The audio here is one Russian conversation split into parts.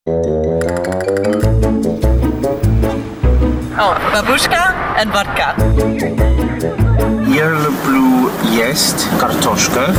О, бабушка и водка. Я люблю есть картошка.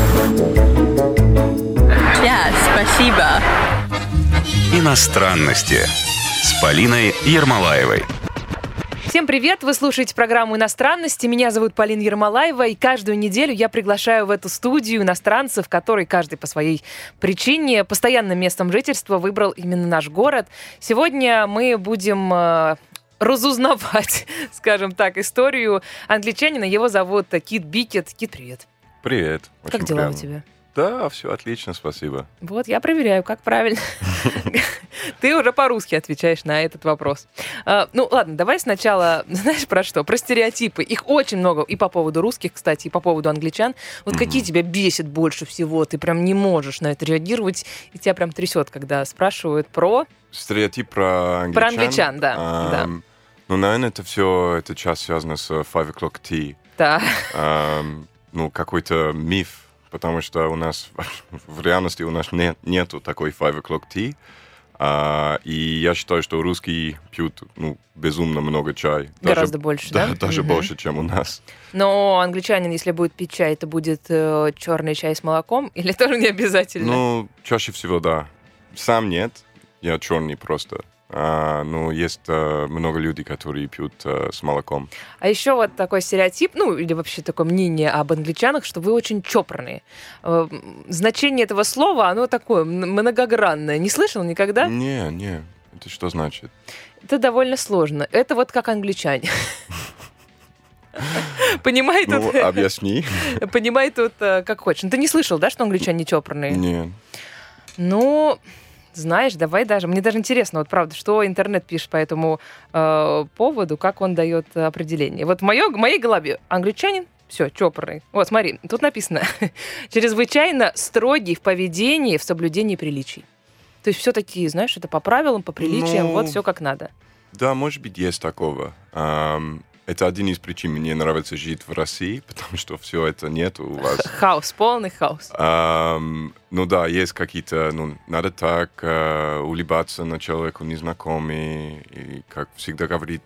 Да, спасибо. Иностранности с Полиной Ермолаевой. Всем привет! Вы слушаете программу «Иностранности». Меня зовут Полина Ермолаева, и каждую неделю я приглашаю в эту студию иностранцев, которые каждый по своей причине постоянным местом жительства выбрал именно наш город. Сегодня мы будем разузнавать, скажем так, историю англичанина. Его зовут Кит Бикет. Кит, привет. Привет. Как дела у тебя? Да, все отлично, спасибо. Вот, я проверяю, как правильно. Ты уже по-русски отвечаешь на этот вопрос. Ну, ладно, давай сначала, знаешь, про что? Про стереотипы. Их очень много. И по поводу русских, кстати, и по поводу англичан. Вот какие тебя бесит больше всего? Ты прям не можешь на это реагировать, и тебя прям трясет, когда спрашивают про... Стереотип про англичан? Про англичан, да. Ну, наверное, это часто связано с 5 o'clock tea. Да. Ну, какой-то миф. Потому что у нас в реальности у нас нету такой 5 o'clock tea. И я считаю, что русские пьют безумно много чая. Гораздо больше, да? Даже больше, чем у нас. Но англичанин, если будет пить чай, это будет черный чай с молоком? Или тоже не обязательно? Ну, чаще всего, да. Сам нет. Я черный просто. Ну, есть много людей, которые пьют с молоком. А еще вот такой стереотип, ну, или вообще такое мнение об англичанах, что вы очень чопорные. Значение этого слова, оно такое многогранное. Не слышал никогда? Не. Это что значит? Это довольно сложно. Это вот как англичане. Понимай тут... Ну, объясни. Понимай тут как хочешь. Ты не слышал, да, что англичане чопорные? Нет. Ну... Знаешь, давай даже... Мне даже интересно, вот правда, что интернет пишет по этому поводу, как он дает определение. Вот в моей голове англичанин, все, чопорный. Вот, смотри, тут написано, чрезвычайно строгий в поведении, в соблюдении приличий. То есть все-таки, знаешь, это по правилам, по приличиям, вот все как надо. Да, может быть, есть такого. Это один из причин, мне нравится жить в России, потому что все это нет у вас. Хаос, полный хаос. Ну да, есть какие-то, надо так улыбаться на человеку незнакомый, и, как всегда говорит,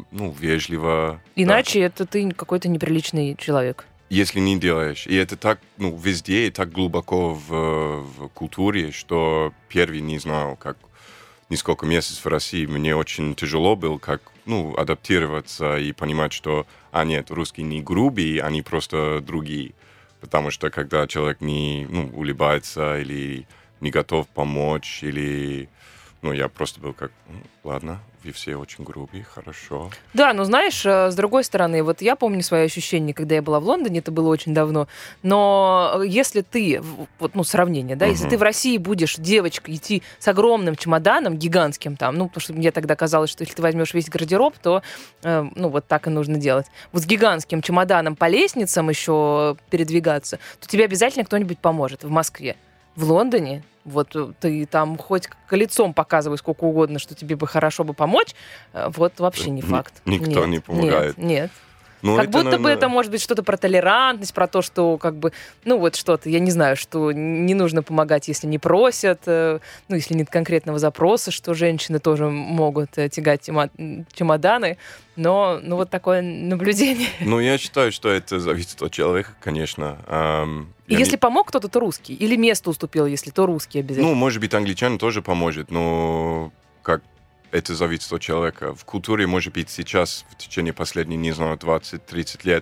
вежливо. Иначе это ты какой-то неприличный человек. Если не делаешь. И это так, везде и так глубоко в культуре, что первый не знал, как несколько месяцев в России мне очень тяжело было, как адаптироваться и понимать, что, нет, русские не грубые, они просто другие. Потому что когда человек не улыбается или не готов помочь, или... я просто был как, ладно, вы все очень грубые, хорошо. Да, знаешь, с другой стороны, вот я помню свои ощущения, когда я была в Лондоне, это было очень давно, но если ты, сравнение, да, если ты в России будешь, девочка, идти с огромным чемоданом, гигантским там, потому что мне тогда казалось, что если ты возьмешь весь гардероб, то, вот так и нужно делать. Вот с гигантским чемоданом по лестницам еще передвигаться, то тебе обязательно кто-нибудь поможет в Москве. В Лондоне, вот ты там хоть колецом показывай сколько угодно, что тебе бы хорошо бы помочь, вот вообще не факт. Никто не помогает. Нет. Как будто бы это может быть что-то про толерантность, про то, что что-то, я не знаю, что не нужно помогать, если не просят, если нет конкретного запроса, что женщины тоже могут тягать чемоданы, но вот такое наблюдение. Я считаю, что это зависит от человека, конечно. И если помог кто-то, то русский, или место уступил, если то русский обязательно. Может быть, англичанин тоже поможет, но как... Это зависит от человека. В культуре, может быть, сейчас, в течение последних, 20-30 лет,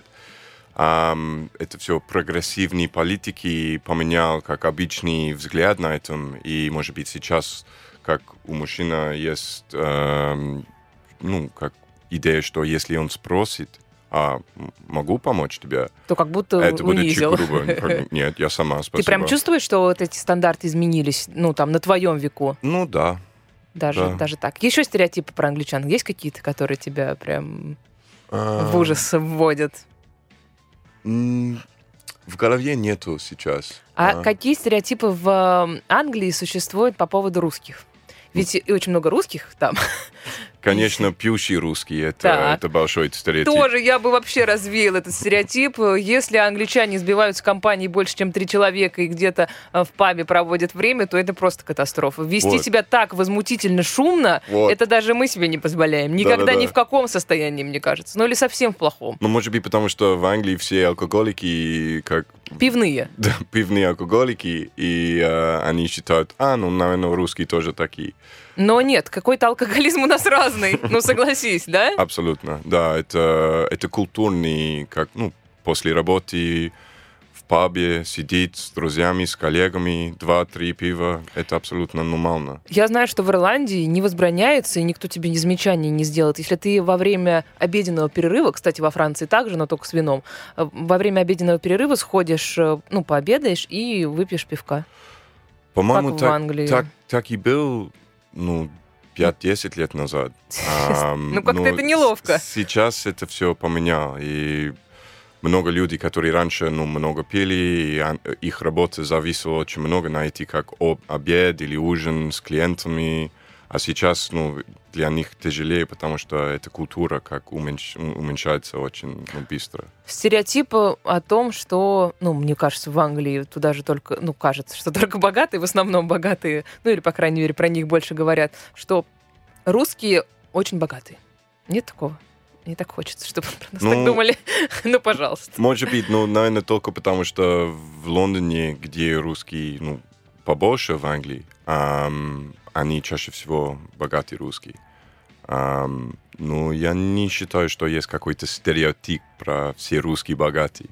это все прогрессивные политики поменял как обычный взгляд на этом. И, может быть, сейчас, как у мужчины есть, как идея, что если он спросит, могу помочь тебе? То как будто это унизил. будет чуть грубо. Нет, я сама, спасибо. Ты прям чувствуешь, что вот эти стандарты изменились, на твоем веку? Да. Даже так. Еще стереотипы про англичан есть какие-то, которые тебя прям в ужас вводят? В голове нету сейчас. Какие стереотипы в Англии существуют по поводу русских? Ведь очень много русских там. Конечно, пьющий русский Так. это большой стереотип. Тоже я бы вообще развеял этот стереотип. Если англичане сбиваются в компании больше, чем 3 человека и где-то в пабе проводят время, то это просто катастрофа. Вести Вот. себя так возмутительно шумно, Вот. это даже мы себе не позволяем. Никогда Да-да-да. ни в каком состоянии, мне кажется. Ну или совсем в плохом. Ну, может быть, потому что в Англии все алкоголики, как Пивные. да, пивные алкоголики, и они считают, наверное, русские тоже такие. Но нет, какой-то алкоголизм у нас разный. Ну согласись, да? Абсолютно, да, это культурный, как, после работы в пабе сидеть с друзьями, с коллегами, 2-3 пива, это абсолютно нормально. Я знаю, что в Ирландии не возбраняется, и никто тебе ни замечаний не сделает. Если ты во время обеденного перерыва, кстати, во Франции также, но только с вином, во время обеденного перерыва сходишь, пообедаешь и выпьешь пивка. По-моему, Как в Англии. так и был, 5-10 лет назад. Ну, как-то это неловко. Сейчас это все поменяло, и много людей, которые раньше много пили, и их работа зависела очень много найти как обед или ужин с клиентами, а сейчас для них тяжелее, потому что эта культура как уменьшается очень быстро. Стереотип о том, что, мне кажется, в Англии туда же только, кажется, что только богатые, в основном богатые, или, по крайней мере, про них больше говорят, что русские очень богатые. Нет такого? Мне так хочется, чтобы про нас так думали. Ну, пожалуйста. Может быть, наверное, только потому, что в Лондоне, где русские, побольше в Англии, они чаще всего богатые русские. Но я не считаю, что есть какой-то стереотип про все русские богатые.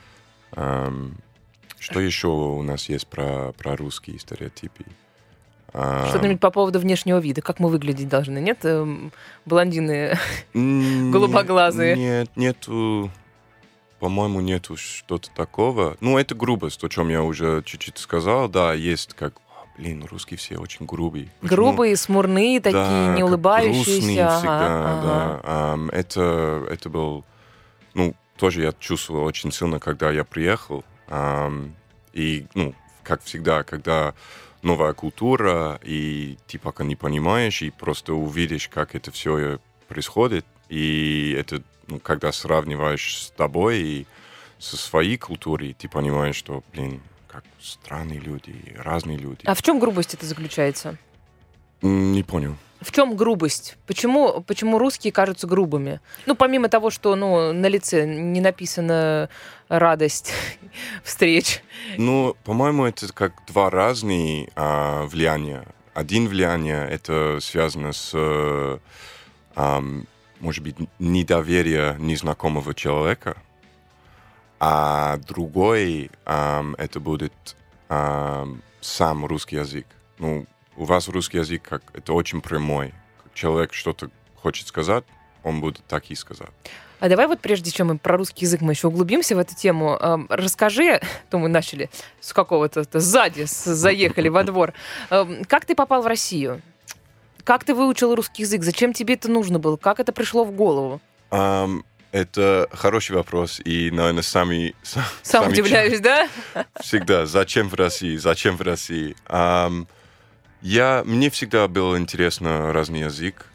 Что еще у нас есть про русские стереотипы? Что-нибудь по поводу внешнего вида. Как мы выглядеть должны? Нет? Блондины голубоглазые? Нету... По-моему, нету что-то такого. Это грубость, о чем я уже чуть-чуть сказал. Да, есть как... русские все очень грубые. Почему? Грубые, смурные такие, Да, не как улыбающиеся. грустные всегда, да. Это был... тоже я чувствовал очень сильно, когда я приехал. И, как всегда, когда новая культура, и ты пока не понимаешь, и просто увидишь, как это все происходит, и это, когда сравниваешь с тобой и со своей культурой, ты понимаешь, что, как странные люди, разные люди. А в чем грубость это заключается? Не понял. В чем грубость? Почему русские кажутся грубыми? Помимо того, что на лице не написано радость встреч. По-моему, это как два разные влияния. Один влияние это связано с, может быть, недоверие незнакомого человека, а другой это будет сам русский язык. У вас русский язык это очень прямой. Как человек что-то хочет сказать, он будет так и сказать. А давай прежде чем мы про русский язык мы еще углубимся в эту тему, расскажи, то мы начали с какого-то сзади, заехали во двор. Как ты попал в Россию? Как ты выучил русский язык? Зачем тебе это нужно было? Как это пришло в голову? Это хороший вопрос, и, наверное, сам удивляюсь, да? Всегда. Зачем в России? Зачем в России? Мне всегда был интересно разный язык.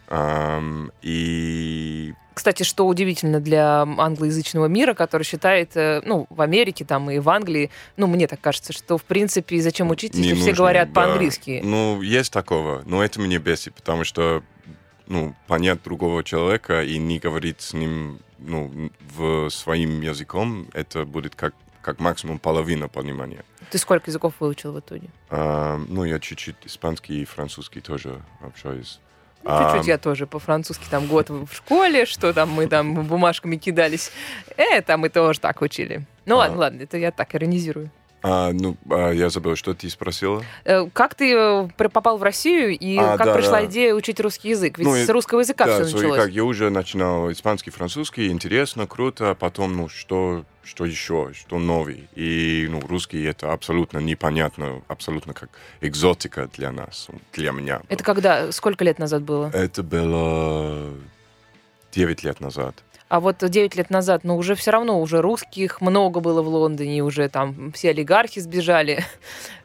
И... Кстати, что удивительно для англоязычного мира, который считает, в Америке там и в Англии, мне так кажется, что, в принципе, зачем учить, если все говорят по-английски? Есть такого, но это меня бесит, потому что, понять другого человека и не говорить с ним, своим языком, это будет как максимум половина понимания. Ты сколько языков выучил в итоге? Я чуть-чуть испанский и французский тоже общаюсь. Чуть-чуть я тоже по-французски там год в школе, что там мы там бумажками кидались. Это мы тоже так учили. Ладно, это я так иронизирую. Я забыл, что ты спросила? Как ты попал в Россию и как пришла идея учить русский язык? Ведь с русского языка все началось. Я уже начинал испанский, французский, интересно, круто, а потом, что еще, что новый. И, русский это абсолютно непонятно, абсолютно как экзотика для нас, для меня. Это когда, сколько лет назад было? Это было 9 лет назад. А 9 лет назад, уже все равно, уже русских много было в Лондоне, уже там все олигархи сбежали.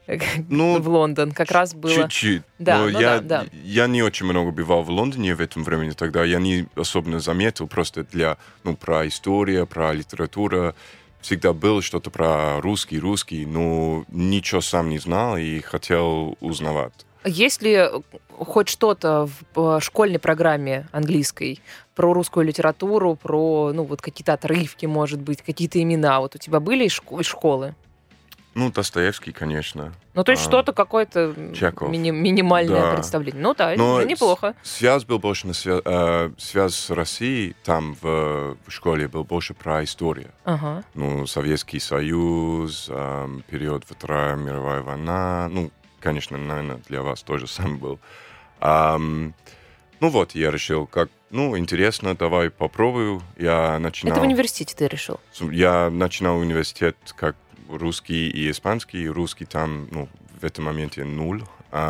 в Лондон? Как раз было... Чуть-чуть. Да, Но да. Я не очень много бывал в Лондоне в этом времени, тогда я не особенно заметил, просто про историю, про литературу. Всегда было что-то про русский, но ничего сам не знал и хотел узнавать. Есть ли хоть что-то в школьной программе английской про русскую литературу, про какие-то отрывки, может быть, какие-то имена? Вот у тебя были из школы? Достоевский, конечно. То есть что-то какое-то Чехов. минимальное представление. Это неплохо. Связь был больше связь с Россией, там в школе был больше про историю. Ага. Советский Союз, период Вторая мировая война. Конечно, наверное, для вас тоже сам был. Я решил, интересно, давай попробую. Я начинал... Это в университете ты решил? Я начинал университет как русский и испанский. Русский там, в этом моменте 0.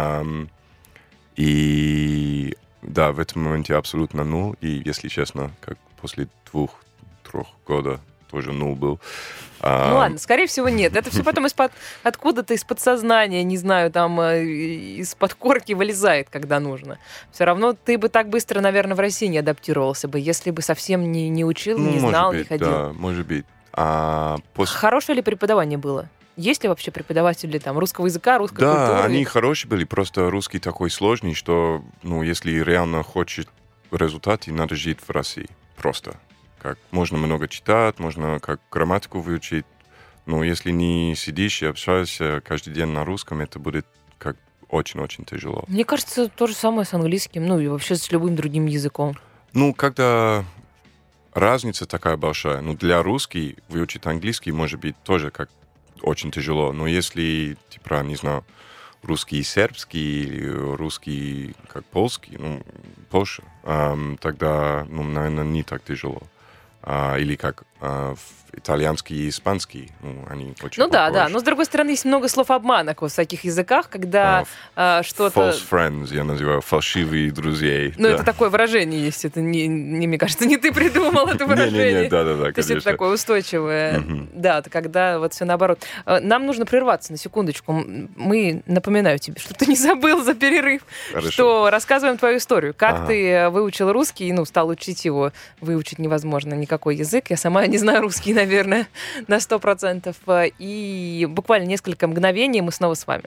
И да, в этом моменте абсолютно 0. И, если честно, как после 2-3 года тоже 0 был. Ладно, скорее всего, нет. Это все потом откуда-то из подсознания, не знаю, там из-под корки вылезает, когда нужно. Все равно ты бы так быстро, наверное, в России не адаптировался бы, если бы совсем не учил, не знал, не ходил. Да, может быть. Хорошее ли преподавание было? Есть ли вообще преподаватели русского языка, русской культуры? Да, они хорошие были, просто русский такой сложный, что, если реально хочешь результаты, надо жить в России. Просто. Можно много читать, можно грамматику выучить, но если не сидишь и общаешься каждый день на русском, это будет очень-очень тяжело. Мне кажется, то же самое с английским, и вообще с любым другим языком. Когда разница такая большая, для русский выучить английский может быть тоже очень тяжело, но если, не знаю, русский и сербский, или русский польский, Польша, тогда, наверное, не так тяжело. Или итальянский и испанский, они очень похожи. Да. Но, с другой стороны, есть много слов обмана в всяких языках, когда что-то... False friends, я называю, фальшивые друзей. Это такое выражение есть, это, мне кажется, не ты придумал это выражение. Да, То есть это такое устойчивое. Да, это когда все наоборот. Нам нужно прерваться на секундочку. Мы, напоминаю тебе, что ты не забыл за перерыв, что рассказываем твою историю. Как ты выучил русский, стал учить его. Выучить невозможно никакой язык. Я сама не знаю русский, наверное, на 100%. И буквально несколько мгновений мы снова с вами.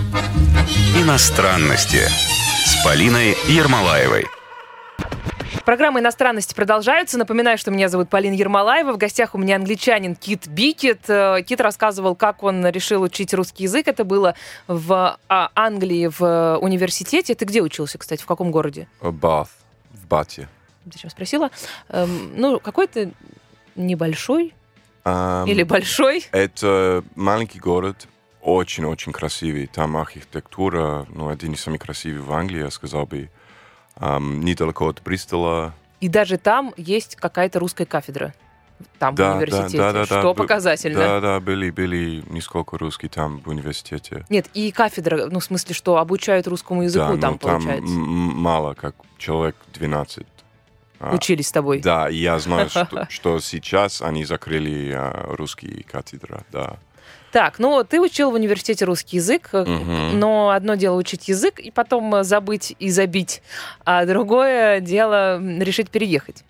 Иностранности с Полиной Ермолаевой. Программа «Иностранности» продолжается. Напоминаю, что меня зовут Полина Ермолаева. В гостях у меня англичанин Кит Бикет. Кит рассказывал, как он решил учить русский язык. Это было в Англии в университете. Ты где учился, кстати? В каком городе? В Бате. Зачем спросила? Какой-то небольшой или большой? Это маленький город, очень-очень красивый. Там архитектура, один из самых красивых в Англии, я сказал бы. Недалеко от Бристола. И даже там есть какая-то русская кафедра. Там, в университете. Что показательно. Да, были несколько русских там в университете. Нет, и кафедра, в смысле, что обучают русскому языку там, получается. Там мало, как человек 12. Учились с тобой? Да, и я знаю, что сейчас они закрыли русские кафедры, да. Так, ты учил в университете русский язык, но одно дело учить язык и потом забыть и забить, а другое дело решить переехать.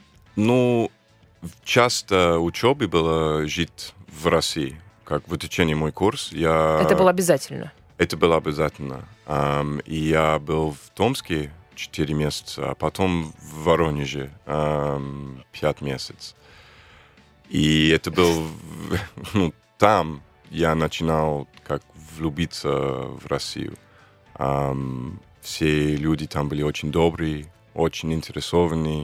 Часто учебы было жить в России, как в течение мой курс. Это было обязательно? Это было обязательно. И я был в Томске 4 месяца, а потом в Воронеже 5 месяцев. И это был... там я начинал влюбиться в Россию. Все люди там были очень добрые, очень интересованные.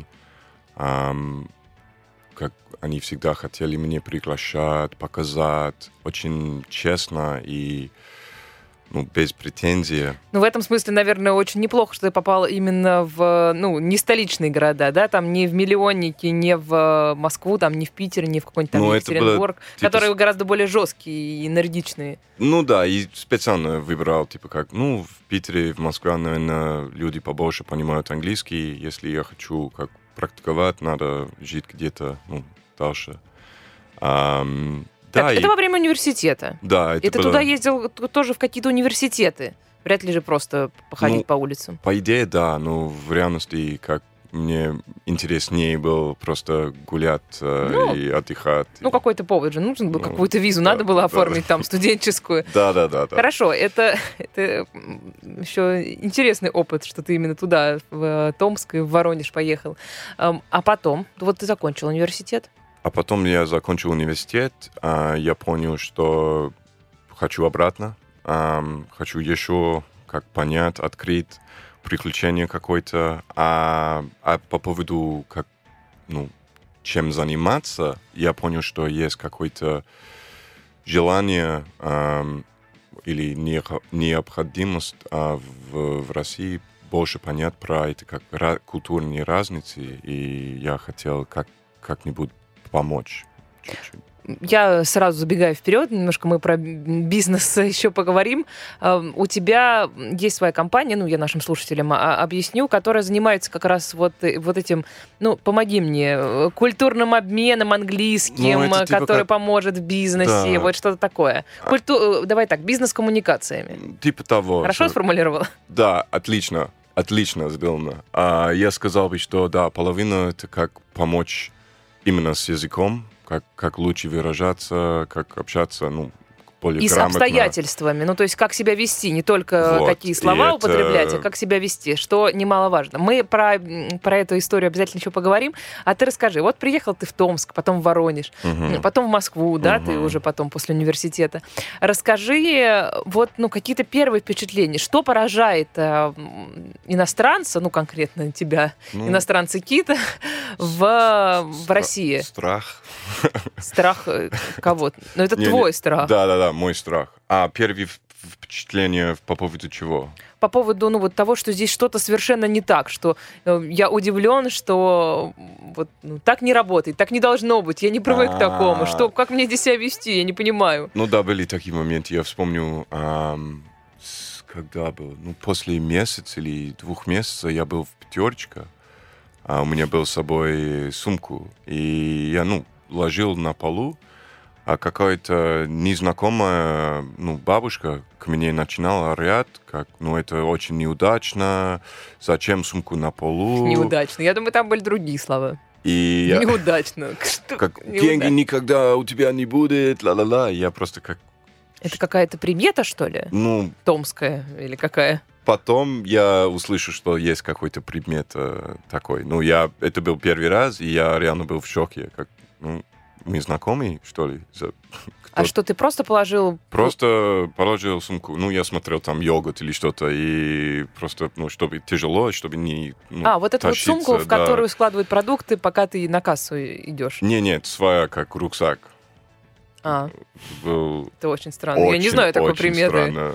Они всегда хотели меня приглашать, показать. Очень честно и без претензий. В этом смысле, наверное, очень неплохо, что ты попал именно в, не столичные города, да, там не в миллионники, не в Москву, там не в Питер, не в какой-нибудь там Екатеринбург, которые гораздо более жесткие и энергичные. Да, и специально выбрал, в Питере, в Москве, наверное, люди побольше понимают английский. Если я хочу практиковать, надо жить где-то, дальше. Да, это во время университета. Да, И ты было... туда ездил тоже в какие-то университеты? Вряд ли же просто походить по улицам. По идее, да, но в реальности, как мне интереснее было просто гулять и отдыхать. Ну, какой-то повод же. Нужен был какую-то визу. Надо было оформить там студенческую. Да. Хорошо, это еще интересный опыт, что ты именно туда, в Томск и в Воронеж поехал. А потом, вот ты закончил университет? А потом я закончил университет, я понял, что хочу обратно, хочу еще как понять, открыть приключение какое-то, а по поводу как, чем заниматься, я понял, что есть какое-то желание или необходимость в России больше понять про это как культурные разницы, и я хотел как-нибудь помочь чуть-чуть. Я сразу забегаю вперед, немножко мы про бизнес еще поговорим. У тебя есть своя компания, я нашим слушателям объясню, которая занимается как раз вот этим, помоги мне, культурным обменом английским, который поможет в бизнесе, да. вот что-то такое. Давай так, бизнес-коммуникациями. Типа того. Хорошо сформулировала? Да, отлично сделано. Я сказал бы, что да, половина это как помочь именно с языком, как лучше выражаться, как общаться, более и грамотно. с обстоятельствами. То есть как себя вести, не только какие слова употреблять, а как себя вести, что немаловажно. Мы про эту историю обязательно еще поговорим. А ты расскажи, вот приехал ты в Томск, потом в Воронеж, потом в Москву, да, ты уже потом после университета. Расскажи какие-то первые впечатления. Что поражает иностранца, конкретно тебя, иностранца Кита, в России? Страх. Страх кого-то. Но это твой страх. Да, мой страх. А первые впечатления по поводу чего? По поводу того, что здесь что-то совершенно не так, что я удивлен, что так не работает, так не должно быть, я не привык к такому, как мне здесь себя вести, я не понимаю. Да, были такие моменты, я вспомню, когда был, после месяца или 2 месяцев я был в «Пятерочка», у меня был с собой сумку, и я, ложил на полу, а какая-то незнакомая, бабушка к мне начинала орать, как, это очень неудачно, зачем сумку на полу? Неудачно. Я думаю, там были другие слова. Неудачно. Деньги никогда у тебя не будет, ла-ла-ла. Я просто как... Это какая-то примета, что ли? Томская или какая? Потом я услышу, что есть какой-то предмет такой. Это был первый раз, и я реально был в шоке. Как, мы знакомы, что ли? А что, ты просто положил... Просто положил сумку. Я смотрел там йогурт или что-то, и просто, чтобы тяжело, чтобы не вот эту вот сумку, в которую складывают продукты, пока ты на кассу идешь? Нет, своя, как рюкзак. Это очень странно. Я не знаю такой приметы.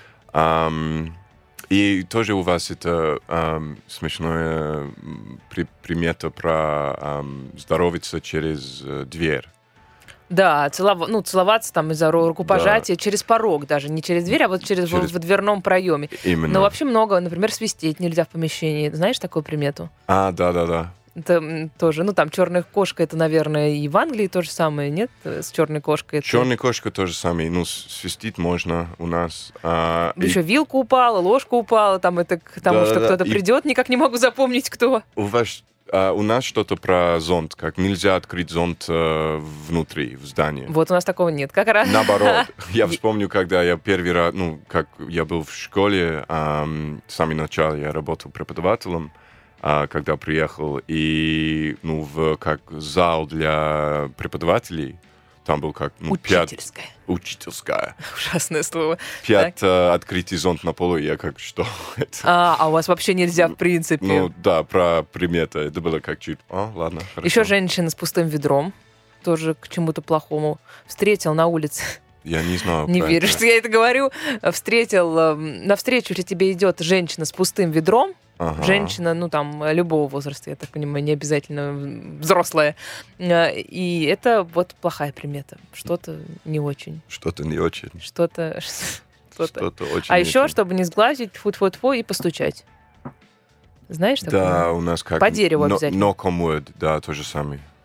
И тоже у вас это смешная примета про здороваться через дверь. Да, целоваться там из-за рукопожатия через порог даже, не через дверь, а вот в дверном проеме. Именно. Но вообще много, например, свистеть нельзя в помещении. Знаешь такую примету? Да. Это тоже, там черная кошка, это, наверное, и в Англии то же самое, нет? С черной кошкой. Черная кошка то же самое. Свистить можно у нас. Еще вилка упала, ложка упала, там это к тому, что кто-то придет, никак не могу запомнить, кто. У нас что-то про зонт, как нельзя открыть зонт внутри, в здании. Вот у нас такого нет. Как раз. Наоборот. Я вспомню, когда я первый раз, как я был в школе, в самом начале я работал преподавателем, когда приехал, и как зал для преподавателей, там был как... Учительская. Ужасное слово. 5 открытий зонт на полу, я как, что это? А у вас вообще нельзя, в принципе? Да, про приметы. Это было как чуть... ладно, хорошо. Еще женщина с пустым ведром, тоже к чему-то плохому. Встретил на улице. Я не знаю. Не верю, что я это говорю. Встретил, навстречу ли тебе идет женщина с пустым ведром, женщина, любого возраста, я так понимаю, не обязательно взрослая. И это плохая примета. Что-то не очень. Что-то не очень. Что-то очень. А еще, чтобы не сглазить, тьфу-тьфу-тьфу, и постучать. Знаешь такое? Да, у нас как... По дереву обязательно. Knock on wood, да, то же самое.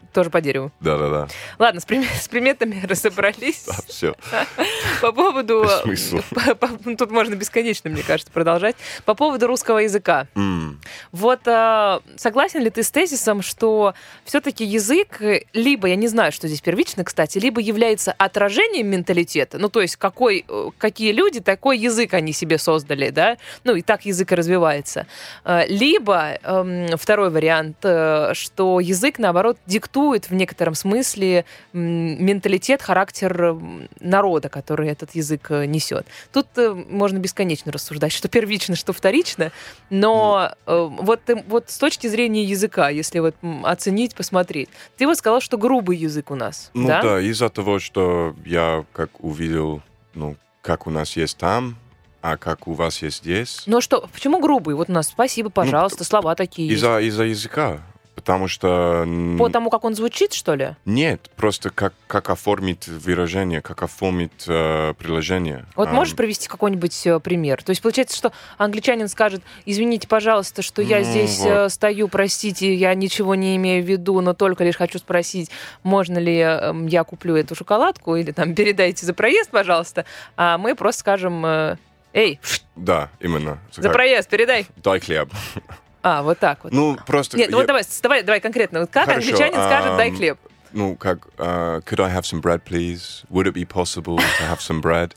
Тоже по дереву. Да-да-да. Ладно, с приметами разобрались. Да, все. По поводу... Без смысла. Тут можно бесконечно, мне кажется, продолжать. По поводу русского языка. Вот согласен ли ты с тезисом, что все-таки язык, либо, я не знаю, что здесь первично, кстати, либо является отражением менталитета, ну, то есть какие люди, такой язык они себе создали, да, ну, и так язык и развивается. Либо второй вариант, что язык, наоборот, диктует в некотором смысле менталитет, характер народа, который этот язык несет. Тут можно бесконечно рассуждать, что первично, что вторично, но вот с точки зрения языка, если вот оценить, посмотреть, ты вот сказал, что грубый язык у нас, Ну да? да, из-за того, что я как увидел, ну, как у нас есть там, а как у вас есть здесь. Ну что, почему грубый? Вот у нас спасибо, пожалуйста, слова такие есть. Из-за языка. Потому что... По тому, как он звучит, что ли? Нет, просто как оформить выражение, как оформить приложение. Вот можешь привести какой-нибудь пример? То есть получается, что англичанин скажет: извините, пожалуйста, что я здесь стою, простите, я ничего не имею в виду, но только лишь хочу спросить, можно ли я куплю эту шоколадку, или там передайте за проезд, пожалуйста, а мы просто скажем: эй, Да, именно. за проезд передай. Дай хлеб. А, вот так вот. Ну, просто... Нет, ну вот давай конкретно. Вот как Хорошо, англичанин скажет: дай хлеб? Ну, как... Could I have some bread, please? Would it be possible to have some bread?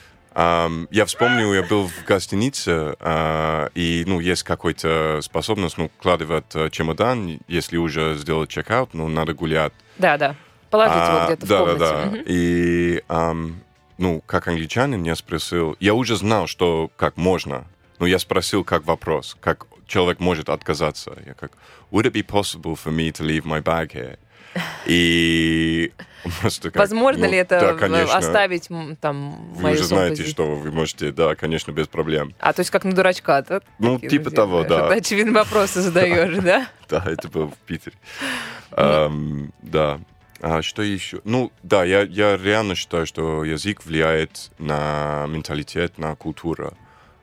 Я вспомнил, я был в гостинице, и, ну, есть какая-то способность, ну, вкладывать чемодан, если уже сделал чек-аут, ну, надо гулять. Да. Положить его где-то в комнате. Да. И, ну, как англичанин, я спросил... Я уже знал, что как можно, но я спросил как вопрос, как человек может отказаться. Я как: Would it be possible for me to leave my bag here? И просто как... Возможно ли это да, конечно. оставить там Вы мою уже сумку знаете, здесь? что вы можете, да, конечно, без проблем. А, то есть как на дурачка, да? Ну, Такие, типа того, да. Ты очевидно вопросы задаешь, да? Да, это было в Питере. Да. А что еще? Ну, да, я реально считаю, что язык влияет на менталитет, на культуру.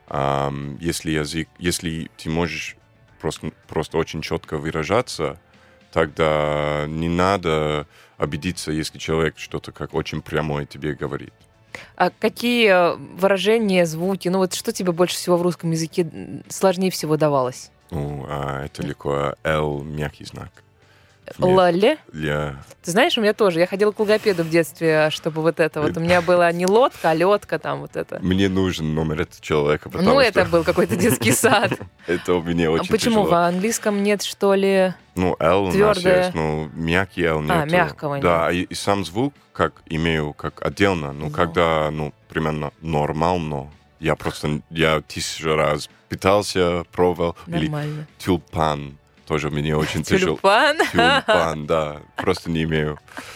Если ты можешь просто очень четко выражаться, тогда не надо обидеться, если человек что-то как очень прямое тебе говорит. А какие выражения, звуки, ну вот что тебе больше всего в русском языке сложнее всего давалось? Ну, это легко. L, мягкий знак. Лале? Я... Ты знаешь, у меня тоже. Я ходила к логопеду в детстве, чтобы вот это вот. У меня была не лодка, а лёдка там вот это. Мне нужен номер этого человека, потому Ну, что... это был какой-то детский сад. Это у меня очень А почему? тяжело. В английском нет, что ли? Ну, L у нас Твёрдое. есть, ну, мягкий L нету. мягкого нет. Да, и сам звук как имею как отдельно, ну, когда, ну, примерно нормально. Я 1000 раз пытался, пробовал. Нормально. Или тюльпан. Тоже мне очень тяжело. Тюльпан? Тюльпан, да. Просто не имею.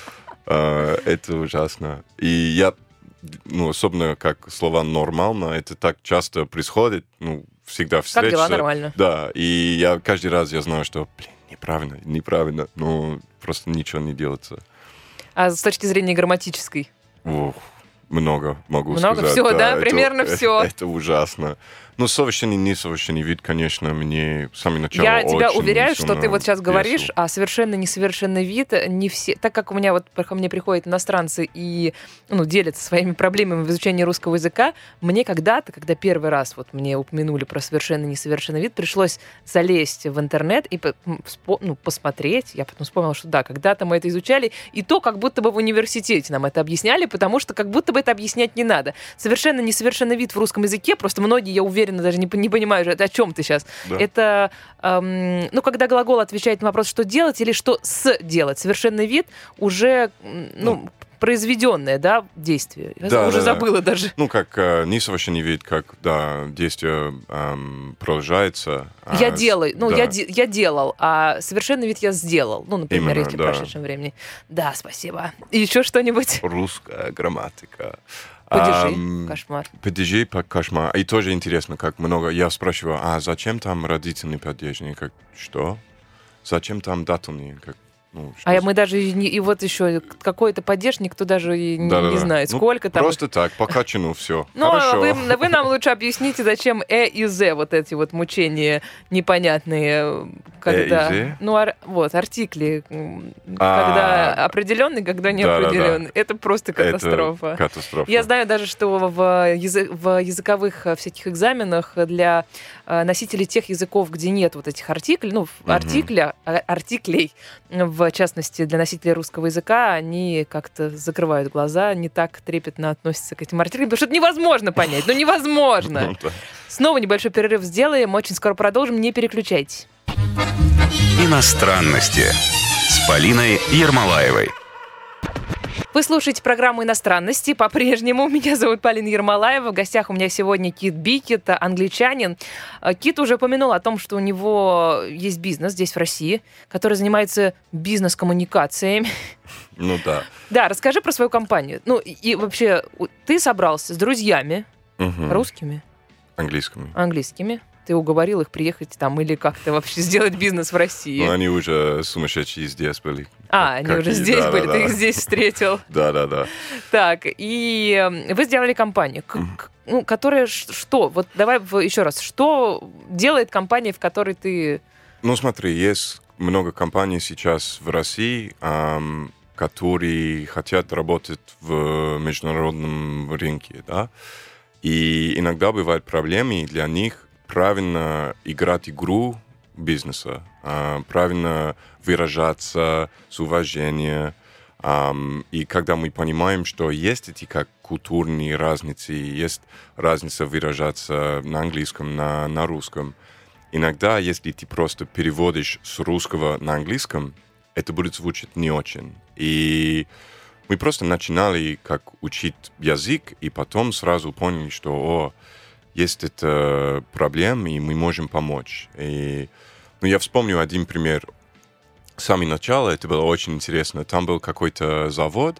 Это ужасно. И я, ну, особенно как слова «нормально», это так часто происходит, ну, всегда встреча. Как дела? Нормально. Да, и я каждый раз я знаю, что, неправильно, ну, просто ничего не делается. А с точки зрения грамматической? Ох, много могу Много сказать. всего, да? Это- Примерно всё. Это ужасно. Ну, совершенный, несовершенный вид, конечно, мне с самого начала Я тебя очень уверяю, что ты сильно вот сейчас говоришь, бесил. а совершенно несовершенный вид не все... Так как у меня вот ко мне приходят иностранцы и делятся своими проблемами в изучении русского языка, мне когда-то, когда первый раз вот мне упомянули про совершенно несовершенный вид, пришлось залезть в интернет и посмотреть. Я потом вспомнила, что да, когда-то мы это изучали, и то как будто бы в университете нам это объясняли, потому что как будто бы это объяснять не надо. Совершенно несовершенный вид в русском языке, просто многие, я уверена, даже не понимаю, о чем ты сейчас. Да. Это, когда глагол отвечает на вопрос, что делать или что делать. Совершенный вид уже, произведенное, да, действие. Я Да, уже да, забыла даже. Ну, как несовершенный вид, как, да, действие продолжается. Я делаю, да. я делал, а совершенный вид я сделал. Ну, например, Именно, если в да. прошедшем времени. Да, спасибо. И еще что-нибудь? Русская грамматика. Падежи, кошмар. Падежи, кошмар. И тоже интересно, как много... Я спрашиваю, зачем там родительный падеж? Они как, что? Зачем там дательный? Как, Мы даже и вот еще какой-то падеж никто даже и не знает, сколько там. Просто так, покачану, все. Ну, Хорошо. вы нам лучше объясните, зачем и з, вот эти вот мучения непонятные, когда... вот, артикли, когда определенный, когда неопределенный. Это просто катастрофа. Это катастрофа. Я знаю даже, что в языковых всяких экзаменах для носителей тех языков, где нет вот этих артиклей, артиклей, в частности, для носителей русского языка, они как-то закрывают глаза, не так трепетно относятся к этим артиклям, потому что это невозможно понять. Невозможно. Снова небольшой перерыв сделаем, очень скоро продолжим, не переключайтесь. Иностранности с Полиной Ермолаевой. Вы слушаете программу «Иностранности». По-прежнему меня зовут Полина Ермолаева. В гостях у меня сегодня Кит Бикет, англичанин. Кит уже упомянул о том, что у него есть бизнес здесь, в России, который занимается бизнес-коммуникациями. Ну да. Да, расскажи про свою компанию. И вообще, ты собрался с друзьями русскими? Английскими. Ты уговорил их приехать там или как-то вообще сделать бизнес в России? Они уже сумасшедшие здесь были. Они уже здесь были, ты их здесь встретил. Да. Так, и вы сделали компанию, которая что? Вот давай еще раз, что делает компания, в которой ты... Смотри, есть много компаний сейчас в России, которые хотят работать в международном рынке, да? И иногда бывают проблемы для них правильно играть игру бизнеса, правильно выражаться с уважением. И когда мы понимаем, что есть эти как культурные разницы, есть разница выражаться на английском, на русском, иногда, если ты просто переводишь с русского на английском, это будет звучать не очень. И мы просто начинали как учить язык, и потом сразу поняли, что есть эта проблема, и мы можем помочь. И, я вспомню один пример. С самого начала это было очень интересно. Там был какой-то завод,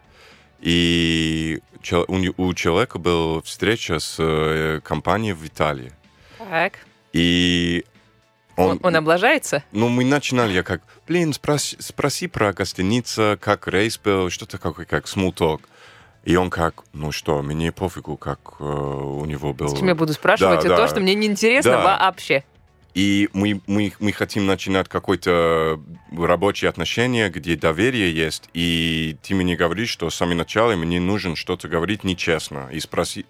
и у человека была встреча с компанией в Италии. Так. И он облажается? Мы начинали, я как, спроси про гостиницу, как рейс был, что-то как small talk. И он как, мне пофигу, как у него был... Зачем я буду спрашивать то, что мне неинтересно вообще? И мы хотим начинать какое-то рабочее отношение, где доверие есть, и ты мне говоришь, что с самого начала мне нужно что-то говорить нечестно, и спросить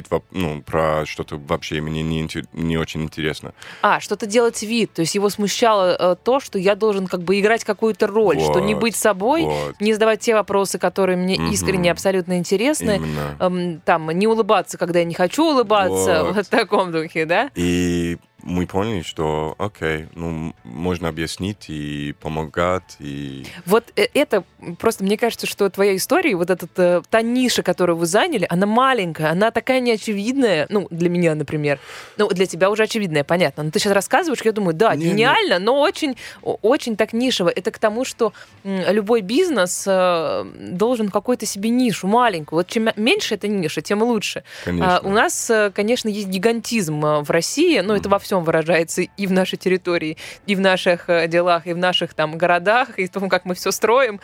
про что-то вообще мне не очень интересно. Что-то делать вид, то есть его смущало то, что я должен как бы играть какую-то роль, что не быть собой, не задавать те вопросы, которые мне искренне абсолютно интересны, не улыбаться, когда я не хочу улыбаться, в таком духе, да? И мы поняли, что окей, можно объяснить и помогать. И... Вот это просто, мне кажется, что твоя история, вот эта та ниша, которую вы заняли, она маленькая, она такая неочевидная, для меня, например. Для тебя уже очевидная, понятно. Но ты сейчас рассказываешь, я думаю, гениально, но очень, очень так нишево. Это к тому, что любой бизнес должен какую-то себе нишу маленькую. Вот чем меньше эта ниша, тем лучше. Конечно. У нас, конечно, есть гигантизм в России, это во всем выражается и в нашей территории, и в наших делах, и в наших городах, и в том, как мы все строим,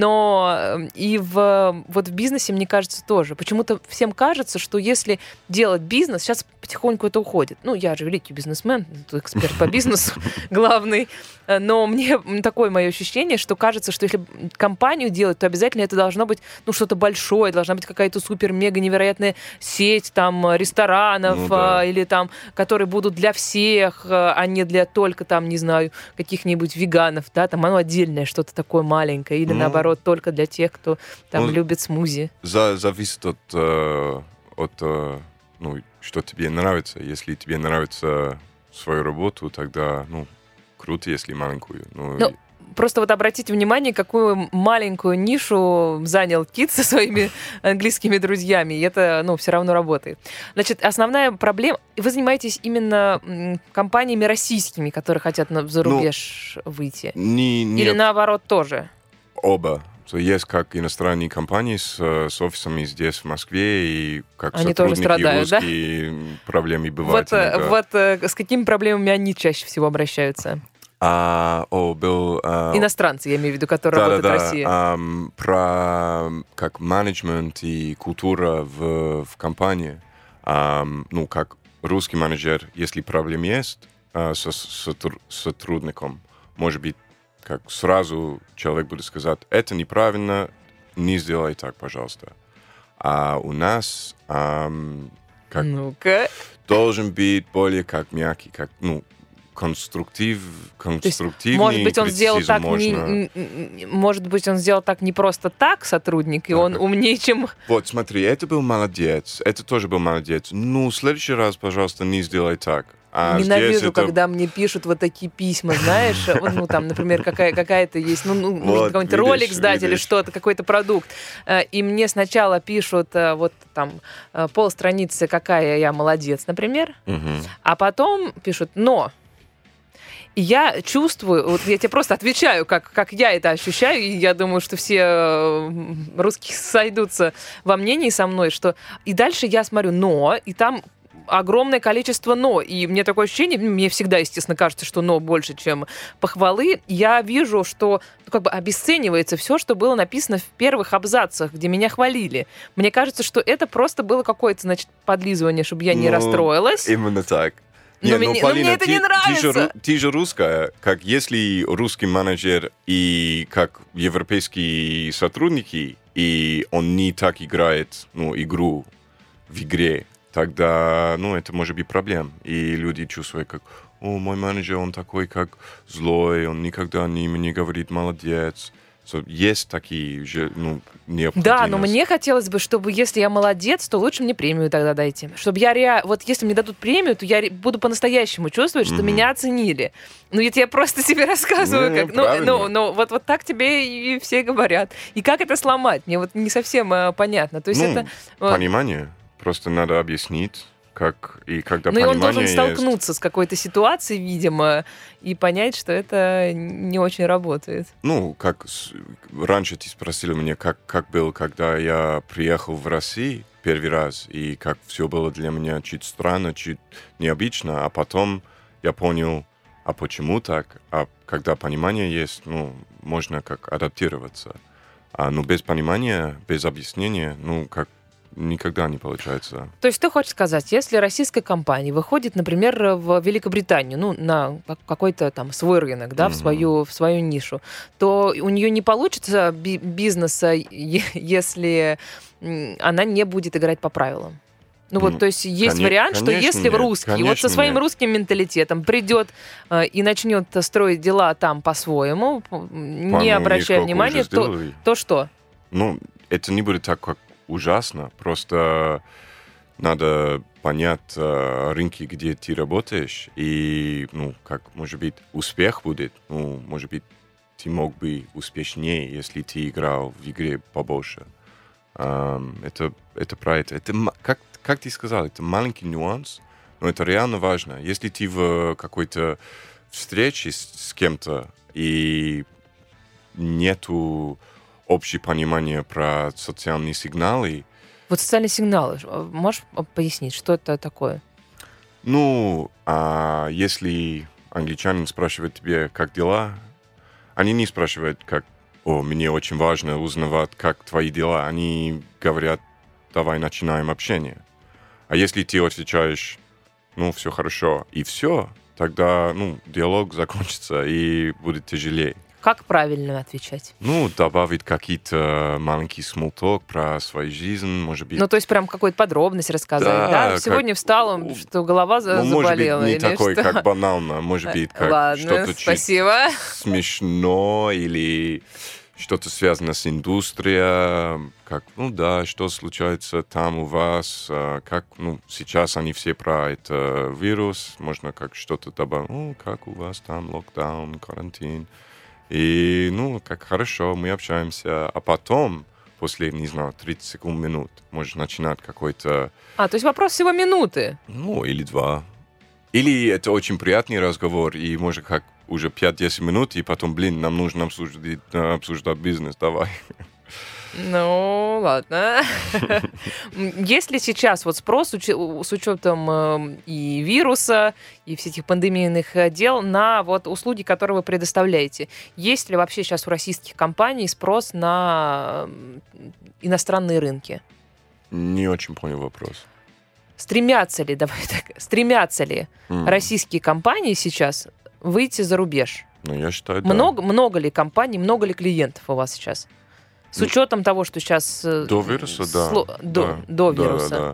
но и в бизнесе, мне кажется, тоже. Почему-то всем кажется, что если делать бизнес, сейчас потихоньку это уходит. Я же великий бизнесмен, эксперт по бизнесу главный, но мне такое мое ощущение, что кажется, что если компанию делать, то обязательно это должно быть что-то большое, должна быть какая-то супер-мега-невероятная сеть ресторанов или которые будут для всех, а не для только не знаю, каких-нибудь веганов, оно отдельное что-то такое маленькое, или наоборот, только для тех, кто любит смузи. Зависит от что тебе нравится. Если тебе нравится свою работу, тогда, круто, если маленькую. Просто обратите внимание, какую маленькую нишу занял Кит со своими английскими друзьями, и это, все равно работает. Значит, основная проблема... Вы занимаетесь именно компаниями российскими, которые хотят за рубеж выйти? Или наоборот тоже? Оба. Есть как иностранные компании с офисами здесь, в Москве, и как они сотрудники тоже страдают, русские, проблемы бывают иногда. Вот с какими проблемами они чаще всего обращаются? Был... Иностранцы, я имею в виду, которые работают в России. Про как менеджмент и культура в компании. Как русский менеджер, если проблема есть с сотрудником, может быть, как сразу человек будет сказать, это неправильно, не сделай так, пожалуйста. А у нас должен быть более как мягкий, как, конструктивный. Может быть, он сделал так можно... может быть, он сделал так не просто так, сотрудник, и он умнее, чем... Вот, смотри, это был молодец, это тоже был молодец. В следующий раз, пожалуйста, не сделай так. Ненавижу, когда мне пишут вот такие письма, знаешь, там, например, какая-то есть, может, какой-нибудь ролик сдать или что-то, какой-то продукт, и мне сначала пишут полстраницы, какая я молодец, например, а потом пишут «но». И я чувствую, вот я тебе просто отвечаю, как я это ощущаю, и я думаю, что все русские сойдутся во мнении со мной, что... И дальше я смотрю «но», и там огромное количество «но». И мне такое ощущение, мне всегда, естественно, кажется, что «но» больше, чем похвалы. Я вижу, что обесценивается все, что было написано в первых абзацах, где меня хвалили. Мне кажется, что это просто было какое-то, значит, подлизывание, чтобы я не расстроилась. Именно так. Полина, мне это не нравится. Ты же русская, как если русский менеджер и как европейские сотрудники, и он не так играет игру в игре, тогда это может быть проблем. И люди чувствуют, как мой менеджер, он такой, как злой, он никогда не говорит «молодец». Есть такие же, необходимости. Да, но мне хотелось бы, чтобы если я молодец, то лучше мне премию тогда дайте. Чтобы я вот если мне дадут премию, то я буду по-настоящему чувствовать, что меня оценили. Это я просто себе рассказываю, как. Вот так тебе и все говорят. И как это сломать? Мне вот не совсем понятно. То есть это... Понимание. Просто надо объяснить. И когда и он должен столкнуться с какой-то ситуацией, видимо, и понять, что это не очень работает. Как раньше ты спросила меня, как было, когда я приехал в Россию первый раз, и как все было для меня чуть странно, чуть необычно, а потом я понял, а почему так? А когда понимание есть, можно как адаптироваться. Без понимания, без объяснения, никогда не получается. То есть ты хочешь сказать, если российская компания выходит, например, в Великобританию, на какой-то там свой рынок, да, в свою нишу, то у нее не получится бизнеса, если она не будет играть по правилам. То есть есть вариант, что если русский со своим русским менталитетом придет и начнет строить дела там по-своему, не обращая внимания, то что? Это не будет так, как ужасно, просто надо понять рынки, где ты работаешь, и, может быть, успех будет, может быть, ты мог бы успешнее, если ты играл в игре побольше. Это про это. Это, как ты сказал, это маленький нюанс, но это реально важно. Если ты в какой-то встрече с кем-то, и нету общее понимание про социальные сигналы. Вот социальные сигналы, можешь пояснить, что это такое? Если англичанин спрашивает тебе, как дела, они не спрашивают, как, мне очень важно узнавать, как твои дела. Они говорят, давай начинаем общение. А если ты отвечаешь, все хорошо, и все, тогда, диалог закончится и будет тяжелее. Как правильно отвечать? Добавить какие-то маленький смолток про свою жизнь, может быть. То есть прям какую-то подробность рассказать, да? Сегодня встала, что голова заболела. Может быть, не или такой, что? как банально, может быть, как Ладно, что-то спасибо. смешно или что-то связано с индустрией, как, что случается там у вас, как, сейчас они все про это вирус, можно как что-то добавить, как у вас там локдаун, карантин. И, как хорошо, мы общаемся, а потом, после, 30 секунд, минут, можешь начинать какой-то... То есть вопрос всего минуты? Или 2. Или это очень приятный разговор, и может как уже 5-10 минут, и потом, нам нужно обсуждать бизнес, давай. Ну, ладно. Есть ли сейчас вот спрос с учетом и вируса, и всех этих пандемийных дел на вот услуги, которые вы предоставляете? Есть ли вообще сейчас у российских компаний спрос на иностранные рынки? Не очень понял вопрос. Стремятся ли российские компании сейчас выйти за рубеж? Ну, я считаю, да. Много ли компаний, много ли клиентов у вас сейчас? С учетом того, что сейчас... До вируса, да. До вируса.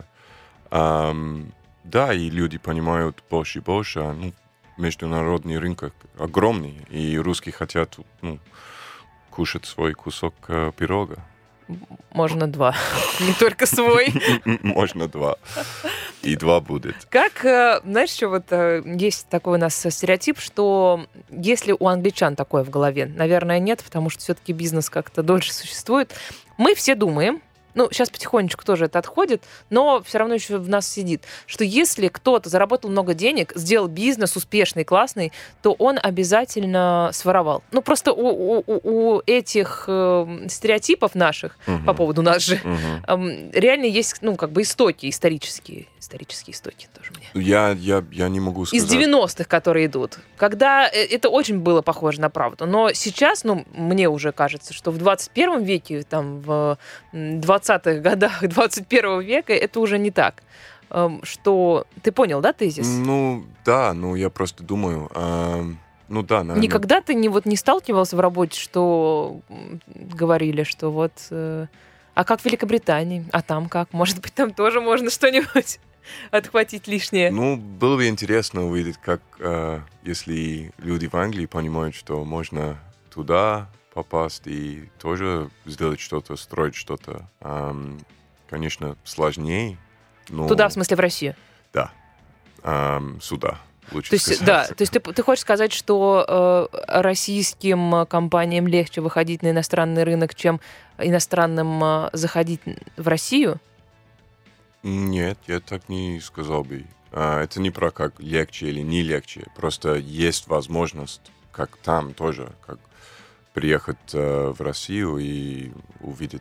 Да, и люди понимают больше и больше. Международный рынок огромный, и русские хотят кушать свой кусок пирога. Можно 2. Не только свой. Можно 2. И 2 будет. Как, знаешь, что вот есть такой у нас стереотип, что если у англичан такое в голове, наверное, нет, потому что все-таки бизнес как-то дольше существует. Мы все думаем, сейчас потихонечку тоже это отходит, но все равно еще в нас сидит, что если кто-то заработал много денег, сделал бизнес успешный, классный, то он обязательно своровал. Просто у этих стереотипов наших по поводу нас же реально есть, истоки исторические истоки тоже мне. Я не могу сказать. Из 90-х, которые идут. Когда это очень было похоже на правду. Но сейчас, мне уже кажется, что в 21 веке, там, в 20-х годах 21 века это уже не так. Что... Ты понял, да, тезис? Да, я просто думаю... да, наверное. Никогда ты не сталкивался в работе, что говорили, что вот... А как в Великобритании? А там как? Может быть, там тоже можно что-нибудь отхватить лишнее? Было бы интересно увидеть, как если люди в Англии понимают, что можно туда попасть и тоже сделать что-то, строить что-то. Конечно, сложнее. Но... Туда, в смысле, в Россию? Да. Сюда. Лучше то есть, да, то есть ты хочешь сказать, что российским компаниям легче выходить на иностранный рынок, чем иностранным заходить в Россию? Нет, я так не сказал бы. Это не про как легче или не легче. Просто есть возможность, как там тоже, как приехать в Россию и увидеть,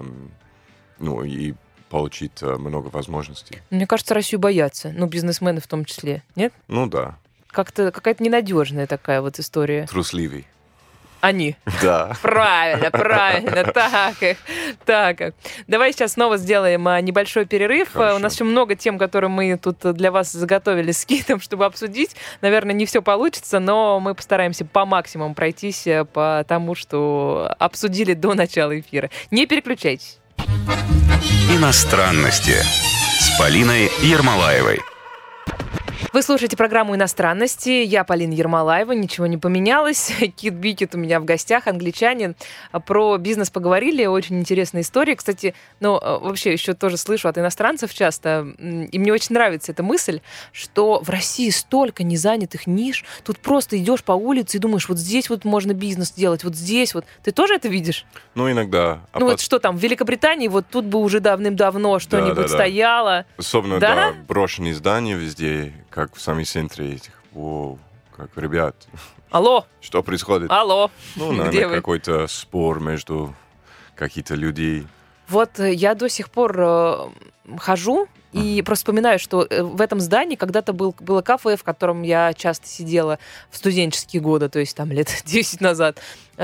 и получить много возможностей. Мне кажется, Россию боятся. бизнесмены в том числе. Нет? Да. Как-то какая-то ненадежная такая вот история. Трусливый. Они. Да. Правильно. Так. Давай сейчас снова сделаем небольшой перерыв. Хорошо. У нас еще много тем, которые мы тут для вас заготовили с Китом, чтобы обсудить. Наверное, не все получится, но мы постараемся по максимуму пройтись по тому, что обсудили до начала эфира. Не переключайтесь. Иностранности с Полиной Ермолаевой. Вы слушаете программу «Иностранности». Я Полина Ермолаева. Ничего не поменялось. Кит Бикет у меня в гостях, англичанин. Про бизнес поговорили. Очень интересная история. Кстати, вообще еще тоже слышу от иностранцев часто. И мне очень нравится эта мысль, что в России столько незанятых ниш. Тут просто идешь по улице и думаешь, вот здесь вот можно бизнес делать, вот здесь вот. Ты тоже это видишь? Иногда. Вот что там, в Великобритании вот тут бы уже давным-давно что-нибудь стояло. Особенно, да, брошенные здания везде, как в самом центре этих. Как, ребят. Алло. Что происходит? Алло. Наверное, какой-то спор между какими-то людьми. Вот я до сих пор хожу и просто вспоминаю, что в этом здании когда-то было кафе, в котором я часто сидела в студенческие годы, то есть там лет 10 назад.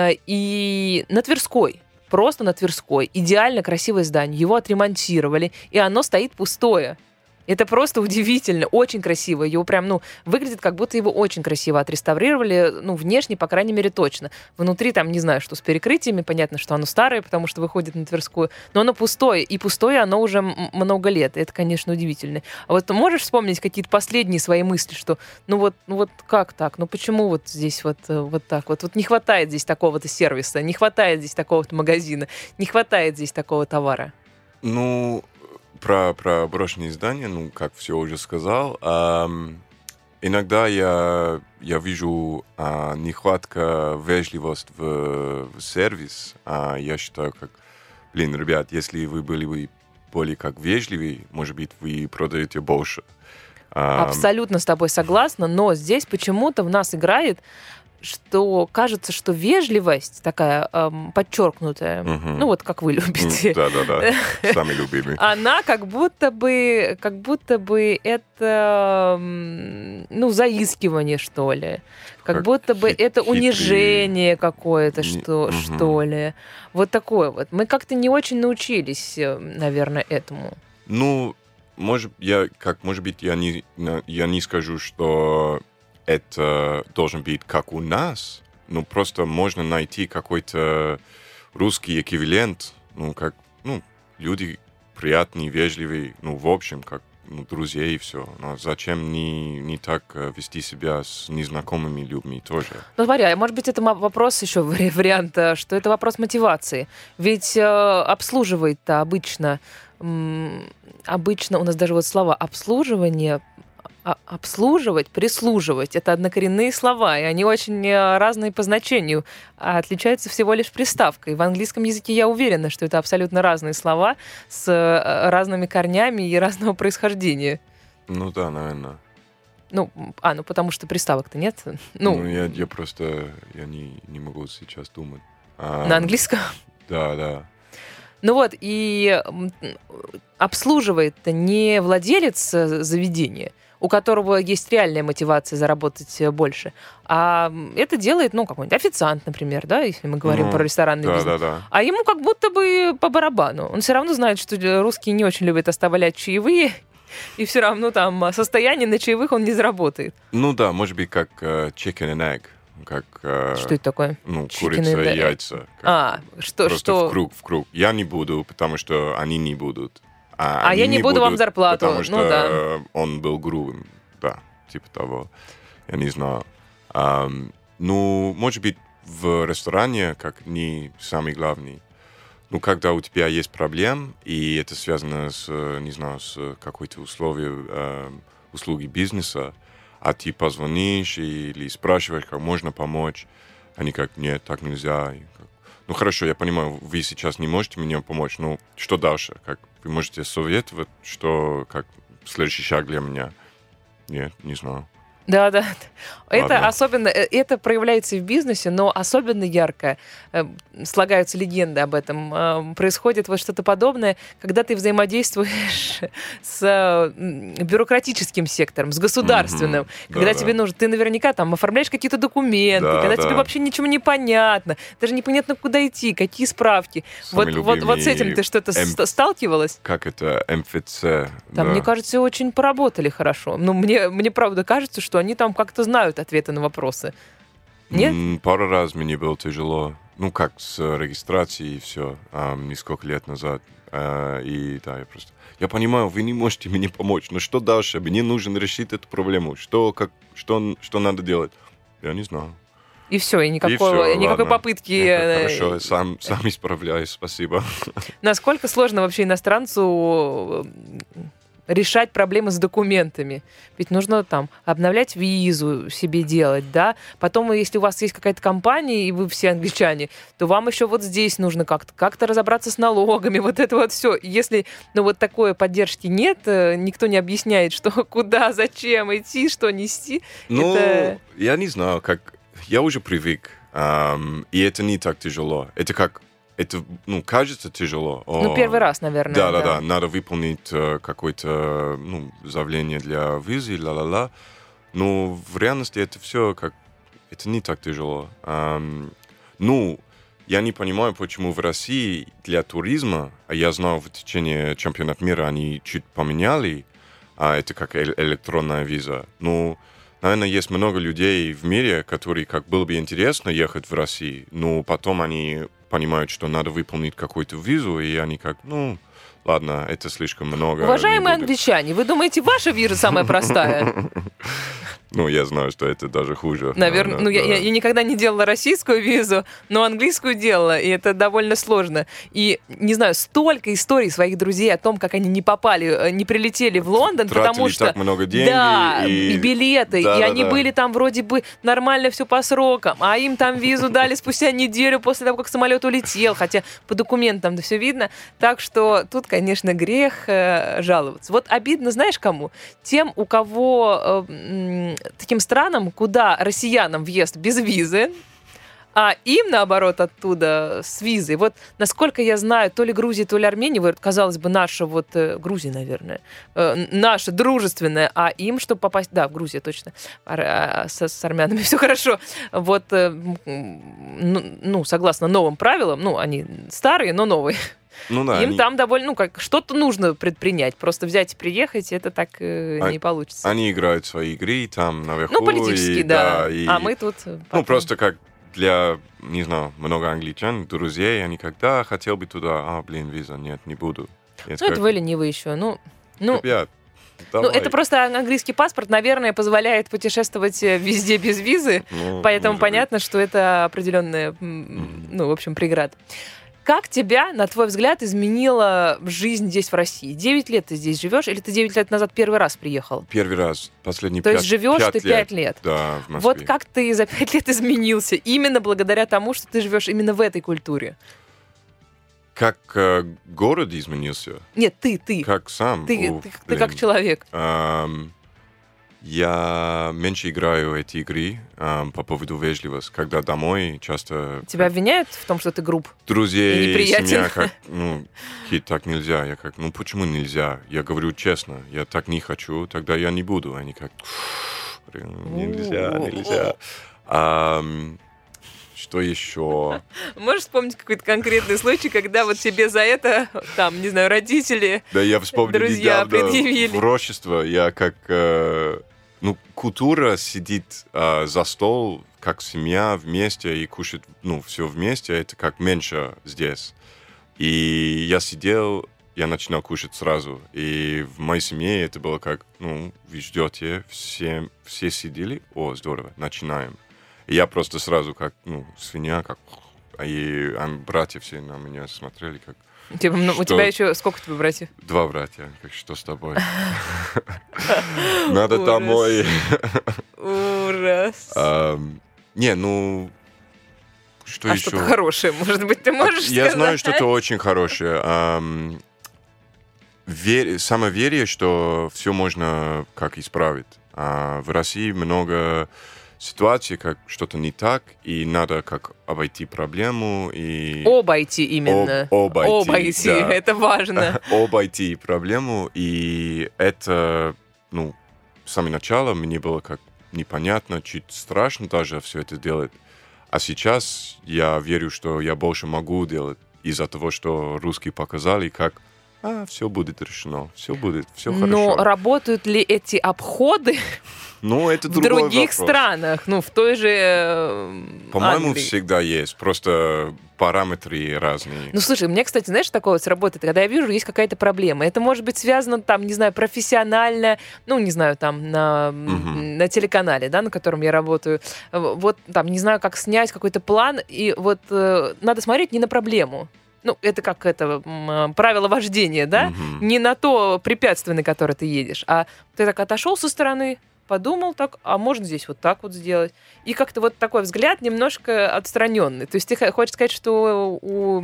И на Тверской. Просто на Тверской. Идеально красивое здание. Его отремонтировали, и оно стоит пустое. Это просто удивительно, очень красиво. Его прям, выглядит, как будто его очень красиво отреставрировали, внешне, по крайней мере, точно. Внутри там, не знаю, что с перекрытиями, понятно, что оно старое, потому что выходит на Тверскую, но оно пустое, и пустое оно уже много лет. Это, конечно, удивительно. А вот можешь вспомнить какие-то последние свои мысли, что, как так? Почему вот здесь вот так вот? Вот не хватает здесь такого-то сервиса, не хватает здесь такого-то магазина, не хватает здесь такого товара? Про брошенные здания, как все уже сказал, иногда я вижу нехватка вежливости в сервис. Я считаю, ребят, если вы были бы более как вежливые, может быть, вы продаете больше. Абсолютно с тобой согласна, но здесь почему-то в нас играет, что кажется, что вежливость такая подчеркнутая, ну вот как вы любите. Да-да-да, сами любимые. Она как будто бы это, ну, заискивание, что ли. Как будто бы это унижение какое-то, что ли. Вот такое вот. Мы как-то не очень научились, наверное, этому. Ну, может быть, я не скажу, что это должен быть как у нас, но просто можно найти какой-то русский эквивалент, люди приятные, вежливые, в общем, как друзей и все. Но зачем не так вести себя с незнакомыми людьми тоже? Ну, смотри, может быть, это вопрос еще, вариант, что это вопрос мотивации. Ведь обслуживает-то обычно у нас даже вот слова обслуживание, обслуживать, прислуживать — это однокоренные слова, и они очень разные по значению, а отличаются всего лишь приставкой. В английском языке я уверена, что это абсолютно разные слова с разными корнями и разного происхождения. Ну да, наверное. Потому что приставок-то нет. Я просто не могу сейчас думать. На английском? Да. Ну вот, и обслуживает не владелец заведения, у которого есть реальная мотивация заработать больше, а это делает, какой-нибудь официант, например, да, если мы говорим про ресторанный бизнес. Да. А ему как будто бы по барабану. Он все равно знает, что русские не очень любят оставлять чаевые, и все равно там состояние на чаевых он не заработает. Ну да, может быть, как chicken and egg. Как, что это такое? Курица и яйца. Что? В круг. Я не буду, потому что они не будут. А я не буду вам зарплату. Потому что он был грубым. Да, типа того. Я не знаю. Может быть, в ресторане как не самый главный. Когда у тебя есть проблем, и это связано с какой-то услуги бизнеса, а ты позвонишь или спрашиваешь, как можно помочь. Они как, нет, так нельзя. Хорошо, я понимаю, вы сейчас не можете мне помочь, что дальше? Как вы можете советовать, как следующий шаг для меня? Нет, не знаю. Да. Это проявляется и в бизнесе, но особенно ярко слагаются легенды об этом. Происходит вот что-то подобное, когда ты взаимодействуешь с бюрократическим сектором, с государственным, когда тебе нужно, ты наверняка там оформляешь какие-то документы, когда тебе вообще ничего не понятно, даже непонятно, куда идти, какие справки. Вот с этим ты что-то сталкивалась? Как это? МФЦ. Там, мне кажется, очень поработали хорошо. Мне правда кажется, что они там как-то знают ответы на вопросы. Нет? Пару раз мне было тяжело. С регистрацией и все. Несколько лет назад. Я понимаю, вы не можете мне помочь, но что дальше? Мне нужно решить эту проблему. Что надо делать? Я не знаю. И все, и никакой попытки... Хорошо, сам исправляюсь, спасибо. Насколько сложно вообще иностранцу решать проблемы с документами? Ведь нужно там обновлять визу себе делать, да? Потом, если у вас есть какая-то компания, и вы все англичане, то вам еще вот здесь нужно как-то разобраться с налогами, вот это вот все. Если, вот такой поддержки нет, никто не объясняет, что куда, зачем идти, что нести. Я не знаю, я уже привык, и это не так тяжело. Это кажется тяжело. Первый раз, наверное. Да. Надо выполнить какое-то заявление для визы, ла-ла-ла. Но в реальности это все это не так тяжело. Я не понимаю, почему в России для туризма, я знал, в течение чемпионата мира они чуть поменяли, это как электронная виза. Наверное, есть много людей в мире, которые было бы интересно ехать в Россию, но потом они понимают, что надо выполнить какую-то визу, и они ладно, это слишком много. Уважаемые англичане, вы думаете, ваша виза самая простая? Я знаю, что это даже хуже. Наверное, я никогда не делала российскую визу, но английскую делала, и это довольно сложно. И, не знаю, столько историй своих друзей о том, как они не прилетели в Лондон, потому что... так много денег. Да, и билеты, и они были там вроде бы нормально все по срокам, а им там визу дали спустя неделю после того, как самолет улетел, хотя по документам все видно. Так что тут, конечно, грех жаловаться. Вот обидно, знаешь, кому? Тем, у кого таким странам, куда россиянам въезд без визы, а им, наоборот, оттуда с визой. Вот, насколько я знаю, то ли Грузия, то ли Армения, вот, казалось бы, наша, вот, Грузия, наверное, наша дружественная, а им, чтобы попасть... Да, в Грузию точно. С армянами все хорошо. Вот, ну, согласно новым правилам, ну, они старые, но новые. Ну, да, им там довольно, как, что-то нужно предпринять. Просто взять и приехать, это так не получится. Они играют свои игры там наверху. Ну, политические, да. А мы тут... Ну, просто как для, не знаю, много англичан, друзей, они когда хотел бы туда, виза, нет, не буду. Это вы ленивые еще. Ну, ребят, ну, это просто английский паспорт, наверное, позволяет путешествовать везде без визы, поэтому понятно, что это определенная, ну, в общем, преграда. Как тебя, на твой взгляд, изменила жизнь здесь, в России? 9 лет ты здесь живешь, или ты 9 лет назад первый раз приехал? Первый раз, последний 5 лет. лет. То есть живешь ты 5 лет? Да, в Москве. Вот как ты за 5 лет изменился, именно благодаря тому, что ты живешь именно в этой культуре? Как город изменился? Нет, ты. Как сам? Ты как человек. Я меньше играю в эти игры по поводу вежливости. Когда домой часто... Тебя обвиняют в том, что ты груб? Друзей, неприятен. семья, как, Кит, так нельзя. Я как, почему нельзя? Я говорю честно, я так не хочу, тогда я не буду. Они как, нельзя. Что еще? Можешь вспомнить какой-то конкретный случай, когда вот тебе за это, там, не знаю, родители, да, я вспомнил друзья недавно предъявили? В Рощество я как... культура сидит за стол, как семья вместе и кушает, все вместе, это как меньше здесь. И я сидел, я начинал кушать сразу. И в моей семье это было как, вы ждете, все сидели, здорово, начинаем. И я просто сразу как, свинья, как... И братья все на меня смотрели, как... У тебя еще... Сколько тебе братьев? 2 братья. Как, что с тобой? Надо домой. Ужас. Что еще? Что-то хорошее, может быть, ты можешь сказать? Я знаю что-то очень хорошее. Самоверие, что все можно как исправить. В России много ситуаций, как что-то не так, и надо как обойти проблему. Обойти именно. Обойти, да. Это важно. Обойти проблему, и это, с самого начала мне было как непонятно, чуть страшно даже все это делать. А сейчас я верю, что я больше могу делать из-за того, что русские показали, как все будет решено, все будет, все хорошо. Но работают ли эти обходы это в других вопрос. Странах? В той же По-моему, Англии. всегда есть, просто параметры разные. Слушай, мне, кстати, знаешь, такое вот сработает, когда я вижу, есть какая-то проблема. Это может быть связано, там, не знаю, профессионально, не знаю, там, на телеканале, да, на котором я работаю. Вот, там, не знаю, как снять какой-то план, и вот надо смотреть не на проблему. Это как правило вождения, да? Не на то препятствие, на которое ты едешь, а ты так отошел со стороны, подумал так, а можно здесь вот так вот сделать. И как-то вот такой взгляд немножко отстраненный. То есть ты хочешь сказать, что у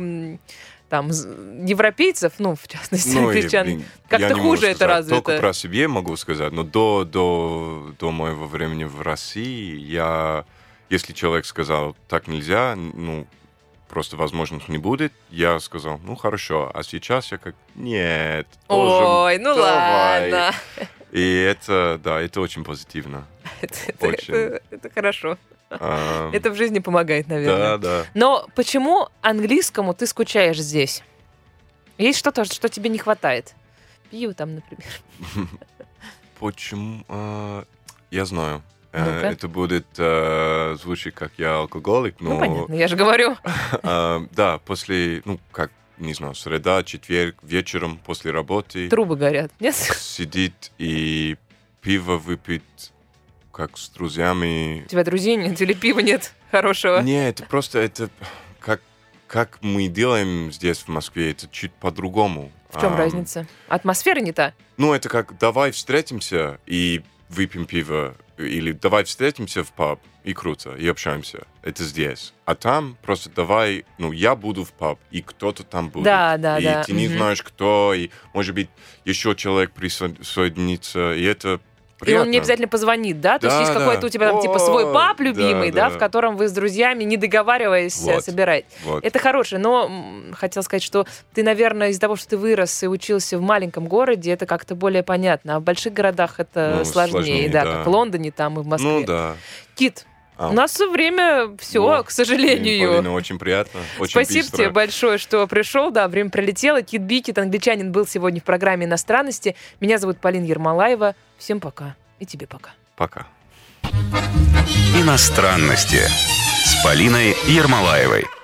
европейцев, в частности, англичан, как-то хуже это развито? Только про себя могу сказать, но до моего времени в России если человек сказал, так нельзя, просто возможных не будет, я сказал, хорошо, а сейчас я как, нет. Ой, давай. Ладно. И это очень позитивно. Это хорошо. Это в жизни помогает, наверное. Да. Но почему английскому ты скучаешь здесь? Есть что-то, что тебе не хватает? Пиво там, например. Почему? Я знаю. Ну-ка. Это будет звучит, как я алкоголик, но... понятно, я же говорю. Да, после, не знаю, среда, четверг, вечером после работы... Трубы горят, нет? Сидит и пиво выпить, как с друзьями. У тебя друзей нет или пива нет хорошего? Нет, это просто, как мы делаем здесь, в Москве, это чуть по-другому. В чем разница? Атмосфера не та? Это как, давай встретимся и выпьем пиво, или давай встретимся в паб, и круто, и общаемся. Это здесь. А там просто давай, я буду в паб, и кто-то там будет. Да. И ты не знаешь, кто, и, может быть, еще человек присоединится, и это И он не обязательно позвонит, да? То есть есть какой-то у тебя там типа свой паб любимый, да, в котором вы с друзьями, не договариваясь, собираетесь. Это хорошее, но хотел сказать, что ты, наверное, из-за того, что ты вырос и учился в маленьком городе, это как-то более понятно. А в больших городах это сложнее, да, как в Лондоне там и в Москве. Ну да. Кит, у нас время все, к сожалению. Полина, очень приятно, очень Спасибо быстро. тебе большое, что пришел. Да, время пролетело. Кит Бикет, англичанин, был сегодня в программе «Иностранности». Меня зовут Полина Ермолаева. Всем пока. И тебе пока. Пока. Иностранности с Полиной Ермолаевой.